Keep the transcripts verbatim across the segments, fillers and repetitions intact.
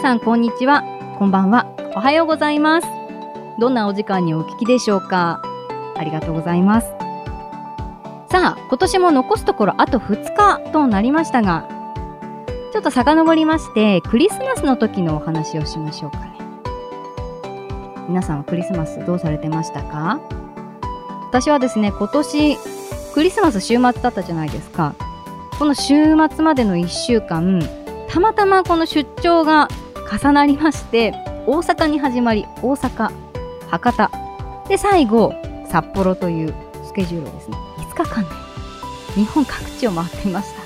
さんこんにちは、こんばんは、おはようございます。どんなお時間にお聞きでしょうか。ありがとうございます。さあ、今年も残すところあとふつかとなりましたが、ちょっと遡りましてクリスマスの時のお話をしましょうかね。皆さんはクリスマスどうされてましたか？私はですね、今年クリスマス週末だったじゃないですか。この週末までのいっしゅうかん、たまたまこの出張が重なりまして、大阪に始まり、大阪、博多で最後札幌というスケジュールをですね、いつかかんで日本各地を回っていました。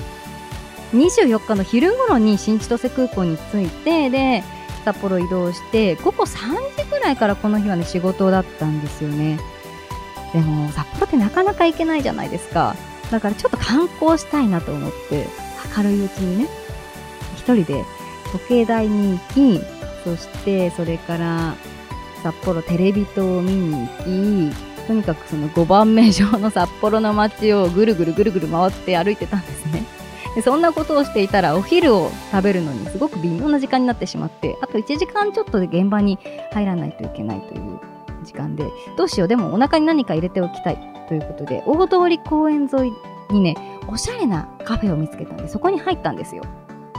にじゅうよっかの昼頃に新千歳空港に着いて、で札幌移動してごごさんじぐらいからこの日はね仕事だったんですよね。でも札幌ってなかなか行けないじゃないですか。だからちょっと観光したいなと思って、明るいうちにね一人で時計台に行き、そしてそれから札幌テレビ塔を見に行き、とにかくそのごばんめ上の札幌の街をぐるぐるぐるぐる回って歩いてたんですね。でそんなことをしていたらお昼を食べるのにすごく微妙な時間になってしまって、あといちじかんちょっとで現場に入らないといけないという時間で、どうしよう、でもお腹に何か入れておきたいということで、大通公園沿いにねおしゃれなカフェを見つけたんで、そこに入ったんですよ。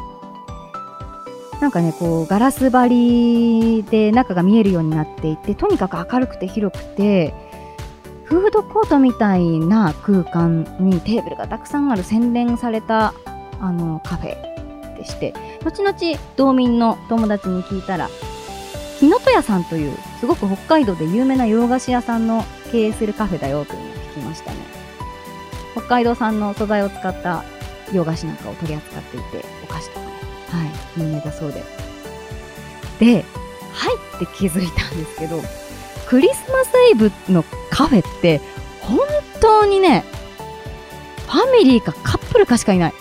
なんかね、こうガラス張りで中が見えるようになっていて、とにかく明るくて広くて、フードコートみたいな空間にテーブルがたくさんある洗練されたあのカフェでして、後々道民の友達に聞いたら、木の戸屋さんというすごく北海道で有名な洋菓子屋さんの経営するカフェだよというのを聞きましたね。北海道産の素材を使った洋菓子なんかを取り扱っていて、お菓子とかね、はい、有名だそうで、で入って気づいたんですけど、クリスマスイブのカフェって本当にね、ファミリーかカップルかしかいない。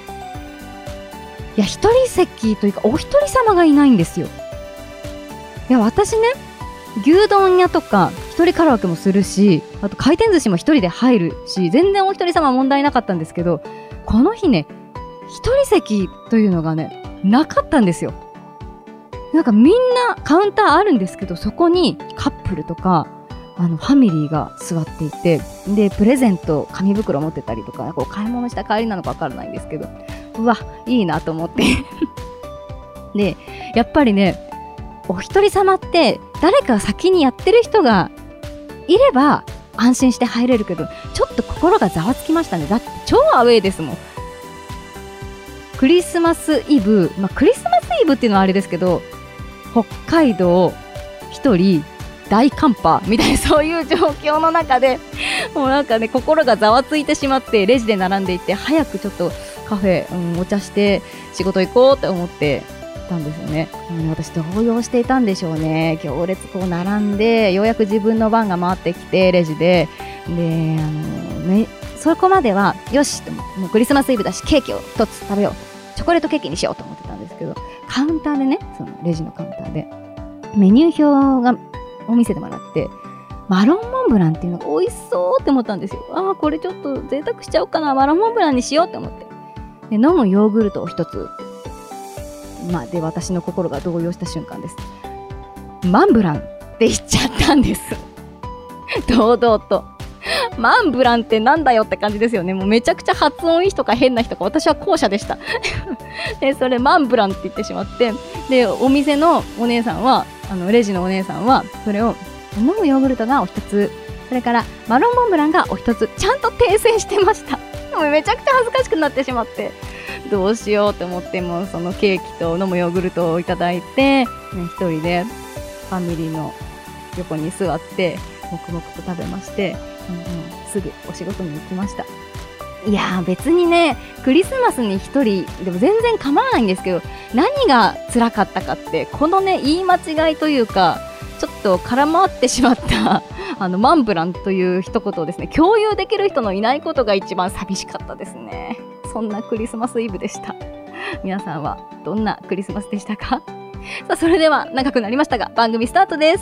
いや、一人席というかお一人様がいないんですよ。いや、私ね、牛丼屋とか一人カラオケもするし、あと回転寿司も一人で入るし、全然お一人様は問題なかったんですけど、この日ね、一人席というのがねなかったんですよ。なんかみんなカウンターあるんですけど、そこにカップルとかあのファミリーが座っていて、でプレゼント紙袋持ってたりとか、こう買い物した帰りなのかわからないんですけど、うわいいなと思ってでやっぱりね、お一人様って誰か先にやってる人がいれば安心して入れるけど、ちょっと心がざわつきましたね。だって超アウェーですもん。クリスマスイブ、まあ、クリスマスイブっていうのはあれですけど、北海道一人大寒波みたいな、そういう状況の中でもうなんかね、心がざわついてしまって、レジで並んでいて、早くちょっとカフェ、うん、お茶して仕事行こうって思ってたんですよね。もうね、私動揺していたんでしょうね。行列こう並んで、ようやく自分の番が回ってきて、レジでで、あのね、そこまではよしと、もうクリスマスイブだしケーキを一つ食べよう、チョコレートケーキにしようと思ってたんですけど、カウンターでね、そのレジのカウンターでメニュー表がを見せてもらって、マロンモンブランっていうのが美味しそうって思ったんですよ。ああ、これちょっと贅沢しちゃおうかな、マロンモンブランにしようって思って、で飲むヨーグルトを一つ、まあ、で私の心が動揺した瞬間です。マンブランって言っちゃったんです堂々と。マンブランってなんだよって感じですよね。もうめちゃくちゃ発音いい人か変な人か、私は後者でしたでそれマンブランって言ってしまって、でお店のお姉さんは、あのレジのお姉さんはそれを飲むヨーグルトがお一つ、それからマロンモンブランがお一つ、ちゃんと訂正してましたもうめちゃくちゃ恥ずかしくなってしまって、どうしようと思って、もうそのケーキと飲むヨーグルトをいただいて、ね、一人でファミリーの横に座って黙々と食べまして、うんうん、すぐお仕事に行きました。いやー、別にね、クリスマスに一人でも全然構わないんですけど、何が辛かったかって、このね言い間違いというか、ちょっと空回ってしまったあのマンブランという一言をですね、共有できる人のいないことが一番寂しかったですね。そんなクリスマスイブでした。皆さんはどんなクリスマスでしたか？さあ、それでは長くなりましたが番組スタートです。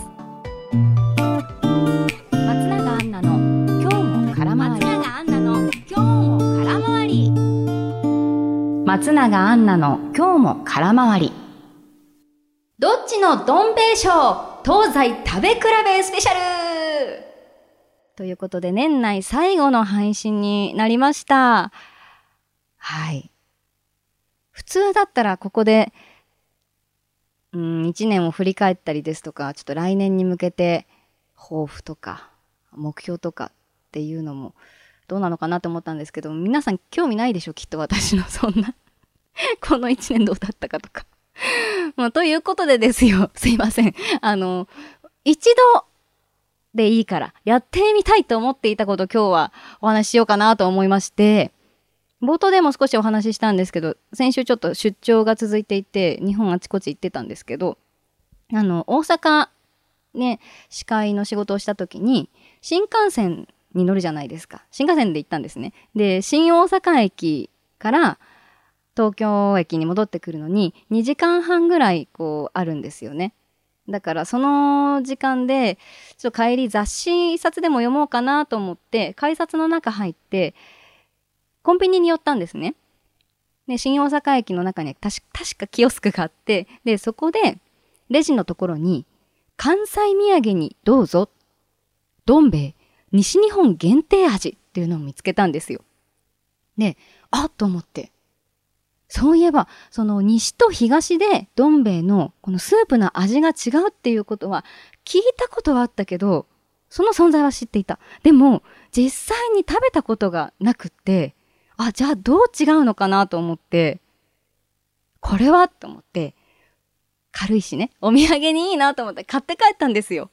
松永アンナの今日も空回り。松永アンナの今日も空回り。松永アンナの今日も空回り。 どっちのどん兵衛賞東西食べ比べスペシャルということで、年内最後の配信になりました。はい。普通だったらここで、うん、いちねんを振り返ったりですとか、ちょっと来年に向けて抱負とか目標とかっていうのもどうなのかなと思ったんですけど、皆さん興味ないでしょ、きっと私のそんなこのいちねんどうだったかとかまあ、ということでですよ、すいません。あの、一度でいいからやってみたいと思っていたことを今日はお話ししようかなと思いまして、冒頭でも少しお話ししたんですけど、先週ちょっと出張が続いていて、日本あちこち行ってたんですけど、あの、大阪ね、司会の仕事をした時に、新幹線に乗るじゃないですか。新幹線で行ったんですね。で、新大阪駅から東京駅に戻ってくるのににじかんはんぐらいこうあるんですよね。だからその時間でちょっと帰り雑誌一冊でも読もうかなと思って改札の中入ってコンビニに寄ったんですね。で、新大阪駅の中に確かキオスクがあって、で、そこでレジのところに関西土産にどうぞどん兵衛西日本限定味っていうのを見つけたんですよ。で、あっと思って。そういえば、その西と東でどん兵衛のこのスープの味が違うっていうことは聞いたことはあったけど、その存在は知っていた。でも、実際に食べたことがなくって、あ、じゃあどう違うのかなと思って、これはと思って、軽いしね、お土産にいいなと思って買って帰ったんですよ。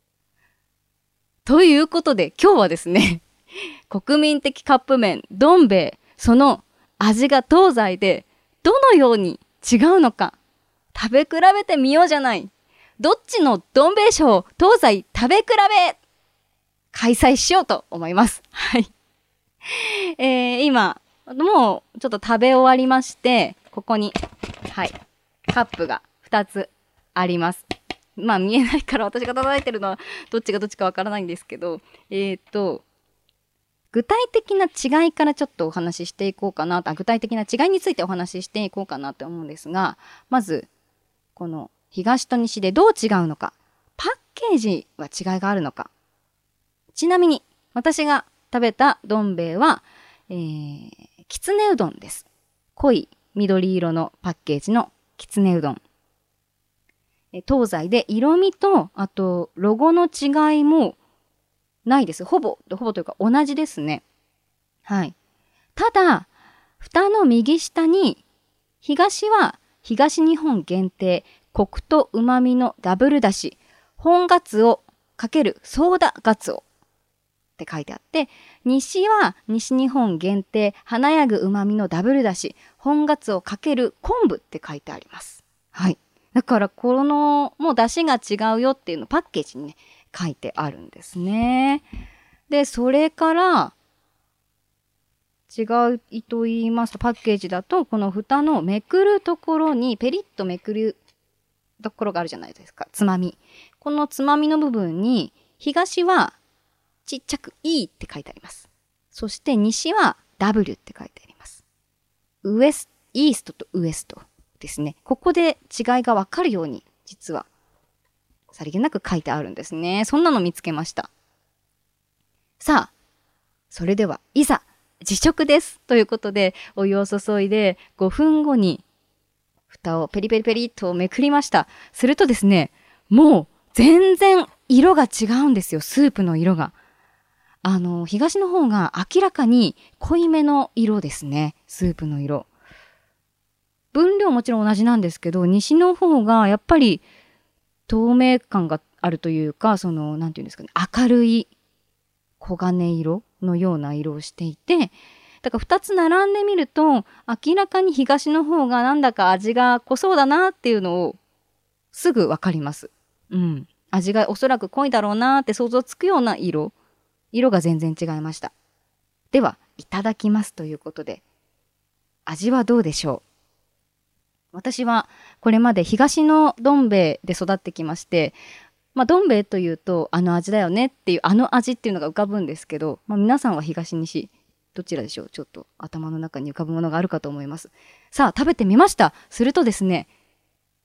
ということで、今日はですね、国民的カップ麺、どん兵衛、その味が東西でどのように違うのか食べ比べてみようじゃない。どっちのどん兵衛賞東西食べ比べ開催しようと思います。はい。えー、今、もうちょっと食べ終わりまして、ここに、はい、カップがふたつあります。まあ見えないから私が叩いてるのはどっちがどっちかわからないんですけど、えーと、具体的な違いからちょっとお話ししていこうかなと、具体的な違いについてお話ししていこうかなと思うんですが、まず、この東と西でどう違うのか、パッケージは違いがあるのか。ちなみに、私が食べたどん兵衛は、えー、きつねうどんです。濃い緑色のパッケージのきつねうどん。東西で色味と、あと、ロゴの違いもないです。ほぼ、ほぼというか同じですね。はい。ただ、蓋の右下に、東は東日本限定、コクと旨味のダブルだし、本ガツオ×ソーダガツオって書いてあって、西は西日本限定、華やぐ旨味のダブルだし、本ガツオ×昆布って書いてあります。はい。だからこのもう出汁が違うよっていうのパッケージにね書いてあるんですね。で、それから違いと言いますとパッケージだとこの蓋のめくるところにペリッとめくるところがあるじゃないですか。つまみ。このつまみの部分に東はちっちゃく E って書いてあります。そして西は W って書いてあります。ウエスト、イーストとウエスト。ですね。ここで違いがわかるように実はさりげなく書いてあるんですね。そんなの見つけました。さあ、それではいざ自食ですということでお湯を注いでごふんごに蓋をペリペリペリとめくりました。するとですね、もう全然色が違うんですよ。スープの色が。あの東の方が明らかに濃いめの色ですね。スープの色。分量もちろん同じなんですけど、西の方がやっぱり透明感があるというか、その、なんていうんですかね、明るい黄金色のような色をしていて、だからふたつ並んでみると、明らかに東の方がなんだか味が濃そうだなっていうのをすぐわかります。うん。味がおそらく濃いだろうなって想像つくような色。色が全然違いました。では、いただきますということで、味はどうでしょう？私はこれまで東のどん兵衛で育ってきまして、まあ、どん兵衛というとあの味だよねっていうあの味っていうのが浮かぶんですけど、まあ、皆さんは東西どちらでしょう？ちょっと頭の中に浮かぶものがあるかと思います。さあ食べてみました。するとですね、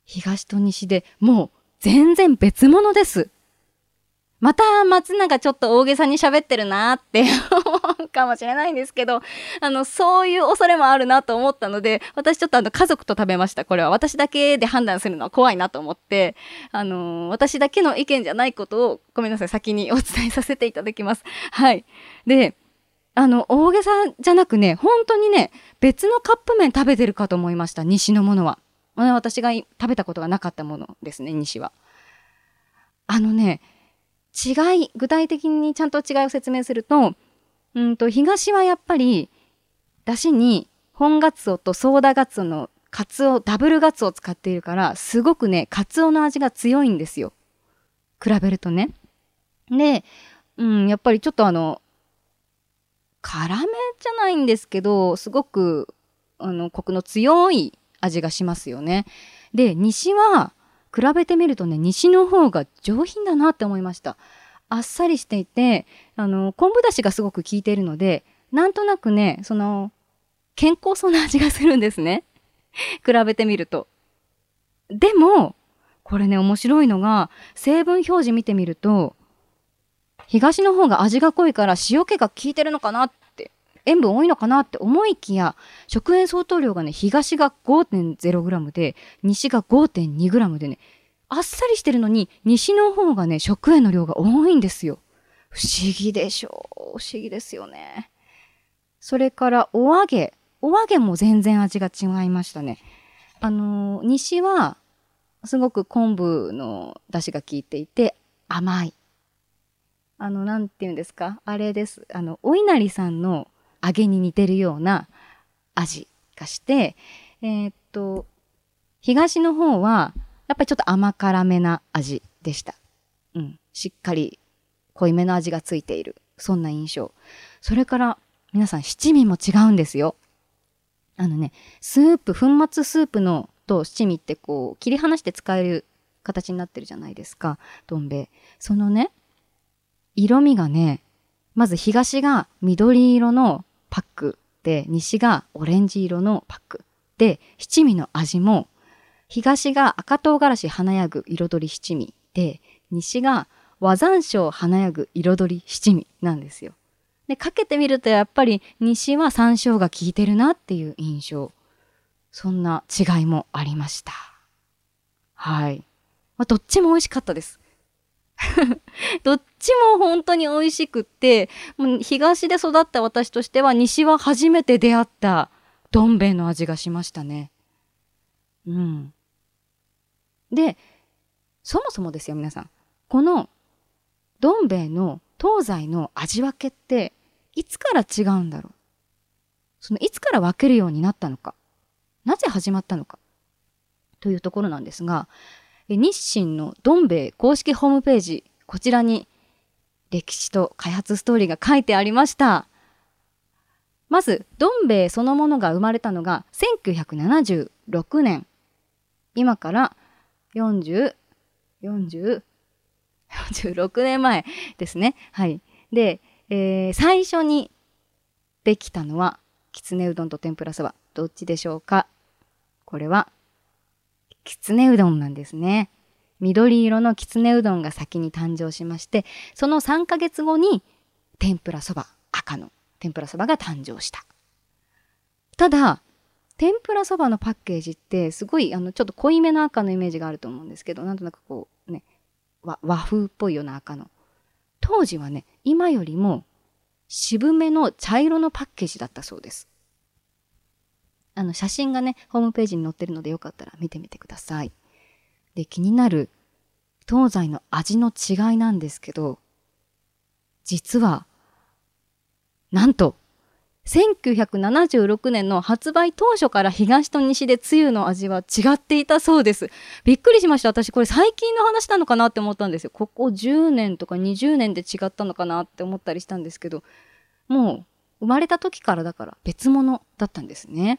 東と西でもう全然別物です。また松永ちょっと大げさに喋ってるなって思うかもしれないんですけど、あのそういう恐れもあるなと思ったので、私ちょっとあの家族と食べました。これは私だけで判断するのは怖いなと思って、あのー、私だけの意見じゃないことをごめんなさい、先にお伝えさせていただきます。はい。で、あの大げさじゃなくね、本当にね、別のカップ麺食べてるかと思いました。西のものは。私が食べたことがなかったものですね、西は。あのね、違い、具体的にちゃんと違いを説明すると、うんと、東はやっぱり、だしに本ガツオとソーダガツオのカツオ、ダブルガツオを使っているから、すごくね、カツオの味が強いんですよ。比べるとね。で、うん、やっぱりちょっとあの、辛めじゃないんですけど、すごく、あの、コクの強い味がしますよね。で、西は、比べてみるとね、西の方が上品だなって思いました。あっさりしていて、あの昆布だしがすごく効いているので、なんとなくね、その健康そうな味がするんですね。比べてみると。でもこれね、面白いのが成分表示見てみると、東の方が味が濃いから塩気が効いてるのかなって、塩分多いのかなって思いきや、食塩相当量がね、東が ごてんゼログラム で西が ごてんにグラム でね、あっさりしてるのに西の方がね、食塩の量が多いんですよ。不思議でしょう。不思議ですよね。それからお揚げ、お揚げも全然味が違いましたね。あのー、西はすごく昆布の出汁が効いていて甘い。あの、なんていうんですか、あれです。あの、お稲荷さんの揚げに似てるような味がして、えー、っと、東の方は、やっぱりちょっと甘辛めな味でした。うん。しっかり濃いめの味がついている。そんな印象。それから、皆さん、七味も違うんですよ。あのね、スープ、粉末スープのと七味ってこう、切り離して使える形になってるじゃないですか。どん兵衛。そのね、色味がね、まず東が緑色のパックで、西がオレンジ色のパックで、七味の味も東が赤唐辛子華やぐ彩り七味で、西が和山椒華やぐ彩り七味なんですよ。で、かけてみるとやっぱり西は山椒が効いてるなっていう印象。そんな違いもありました。はい。まあ、どっちも美味しかったです。どっちも本当に美味しくって、もう東で育った私としては西は初めて出会ったどん兵衛の味がしましたね。うん。で、そもそもですよ皆さん。このどん兵衛の東西の味分けっていつから違うんだろう。そのいつから分けるようになったのか。なぜ始まったのか。というところなんですが、日清のどん兵衛公式ホームページ、こちらに歴史と開発ストーリーが書いてありました。まず、どん兵衛そのものが生まれたのがせんきゅうひゃくななじゅうろくねん。今からよんじゅう、よんじゅう、よんじゅうろくねんまえですね。はい。で、えー、最初にできたのは、きつねうどんと天ぷらそば。どっちでしょうか？これは、きつねうどんなんですね。緑色のきつねうどんが先に誕生しまして、そのさんかげつごに天ぷらそば、赤の天ぷらそばが誕生した。ただ、天ぷらそばのパッケージってすごいあのちょっと濃いめの赤のイメージがあると思うんですけど、なんとなくこうね、和、和風っぽいような赤の。当時はね、今よりも渋めの茶色のパッケージだったそうです。あの写真がね、ホームページに載ってるのでよかったら見てみてください。で、気になる東西の味の違いなんですけど、実は、なんと、せんきゅうひゃくななじゅうろくねんの発売当初から東と西でつゆの味は違っていたそうです。びっくりしました。私これ最近の話なのかなって思ったんですよ。ここじゅうねんとかにじゅうねんで違ったのかなって思ったりしたんですけど、もう生まれた時からだから別物だったんですね。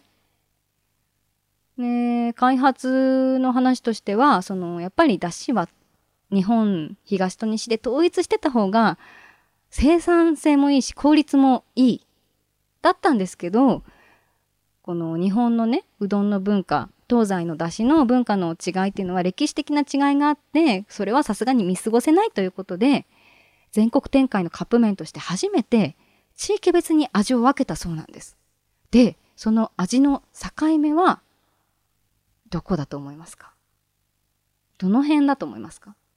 ね、開発の話としては、そのやっぱり出汁は日本東と西で統一してた方が生産性もいいし効率もいいだったんですけど、 この日本のねうどんの文化、東西の出汁の文化の違いっていうのは歴史的な違いがあって、それはさすがに見過ごせないということで、全国展開のカップ麺として初めて地域別に味を分けたそうなんです。で、その味の境目はどこだと思いますか？どの辺だと思いますか？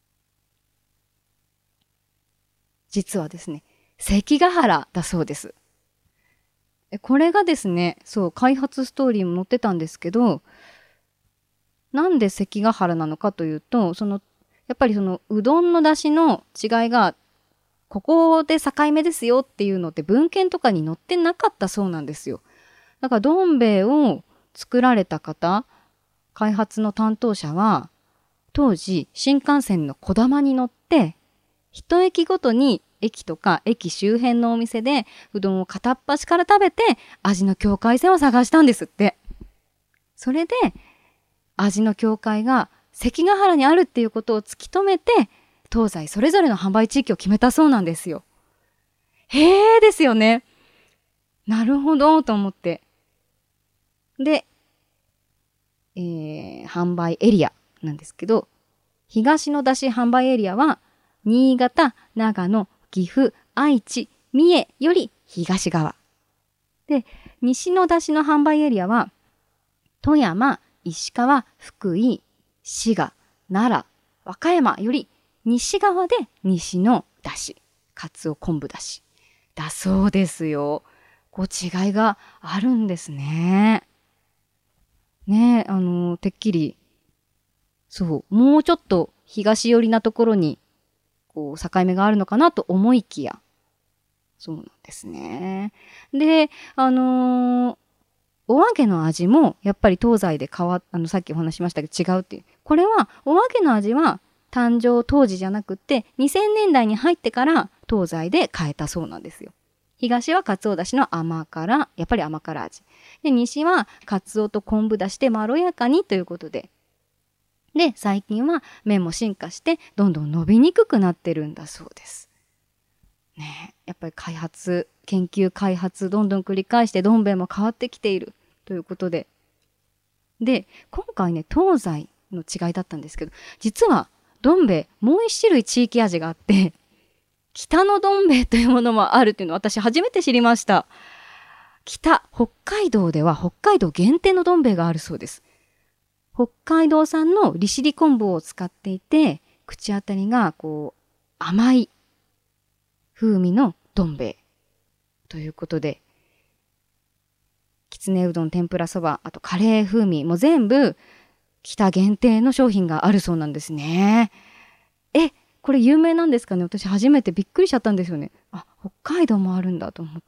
実はですね、関ヶ原だそうです。これがですね、そう開発ストーリーも載ってたんですけど、なんで関ヶ原なのかというと、そのやっぱりそのうどんの出汁の違いがここで境目ですよっていうのって文献とかに載ってなかったそうなんですよ。だからどん兵衛を作られた方、開発の担当者は当時新幹線のこだまに乗って一駅ごとに駅とか駅周辺のお店でうどんを片っ端から食べて味の境界線を探したんですって。それで味の境界が関ヶ原にあるっていうことを突き止めて、東西それぞれの販売地域を決めたそうなんですよ。へーですよね。なるほどと思って。で、えー、販売エリアなんですけど、東の出汁販売エリアは新潟、長野、岐阜、愛知、三重より東側。で、西の出汁の販売エリアは富山、石川、福井、滋賀、奈良、和歌山より西側で西の出汁、かつお昆布出汁だそうですよ。こう違いがあるんですね。ねえ、あのてっきりそうもうちょっと東寄りなところにこう境目があるのかなと思いきや、そうなんですね。で、あのー、お揚げの味もやっぱり東西で変わっあのさっきお話ししましたけど違うっていう。これはお揚げの味は誕生当時じゃなくてにせんねんだいに入ってから東西で変えたそうなんですよ。東はかつおだしの甘辛、やっぱり甘辛味。で、西はかつおと昆布だしでまろやかにということで。で、最近は麺も進化してどんどん伸びにくくなってるんだそうです。ねえ、やっぱり開発、研究開発どんどん繰り返してどん兵衛も変わってきているということで。で、今回ね、東西の違いだったんですけど、実はどん兵衛もう一種類地域味があって、北のどん兵衛というものもあるっていうのを私初めて知りました。北、北海道では北海道限定のどん兵衛があるそうです。北海道産の利尻昆布を使っていて、口当たりがこう甘い風味のどん兵衛ということで、きつねうどん、天ぷらそば、あとカレー風味も全部北限定の商品があるそうなんですね。え、これ有名なんですかね？私初めてびっくりしちゃったんですよね。あ、北海道もあるんだと思って。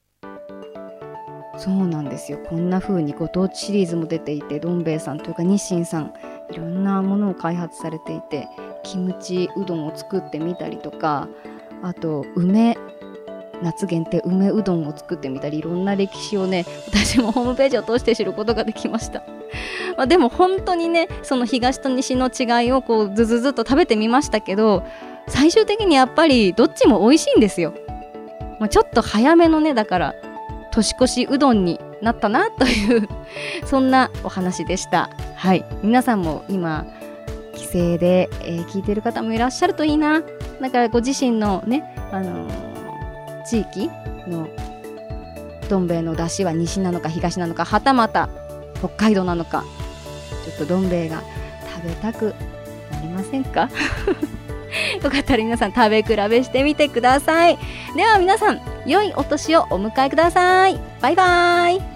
そうなんですよ。こんな風にご当地シリーズも出ていて、どん兵衛さんというか日清さん、いろんなものを開発されていて、キムチうどんを作ってみたりとか、あと梅、夏限定梅うどんを作ってみたり、いろんな歴史をね、私もホームページを通して知ることができました。まあ、でも本当にね、その東と西の違いをこうずずずっと食べてみましたけど、最終的にやっぱりどっちも美味しいんですよ。まあ、ちょっと早めのね、だから年越しうどんになったなというそんなお話でした。はい、皆さんも今帰省で、えー、聞いてる方もいらっしゃるといいな。なんかご自身のね、あのー、地域のどん兵衛の出汁は西なのか東なのか、はたまた北海道なのか、ちょっとどん兵衛が食べたくなりませんか？よかったら皆さん食べ比べしてみてください。では皆さん、良いお年をお迎えください。バイバイ。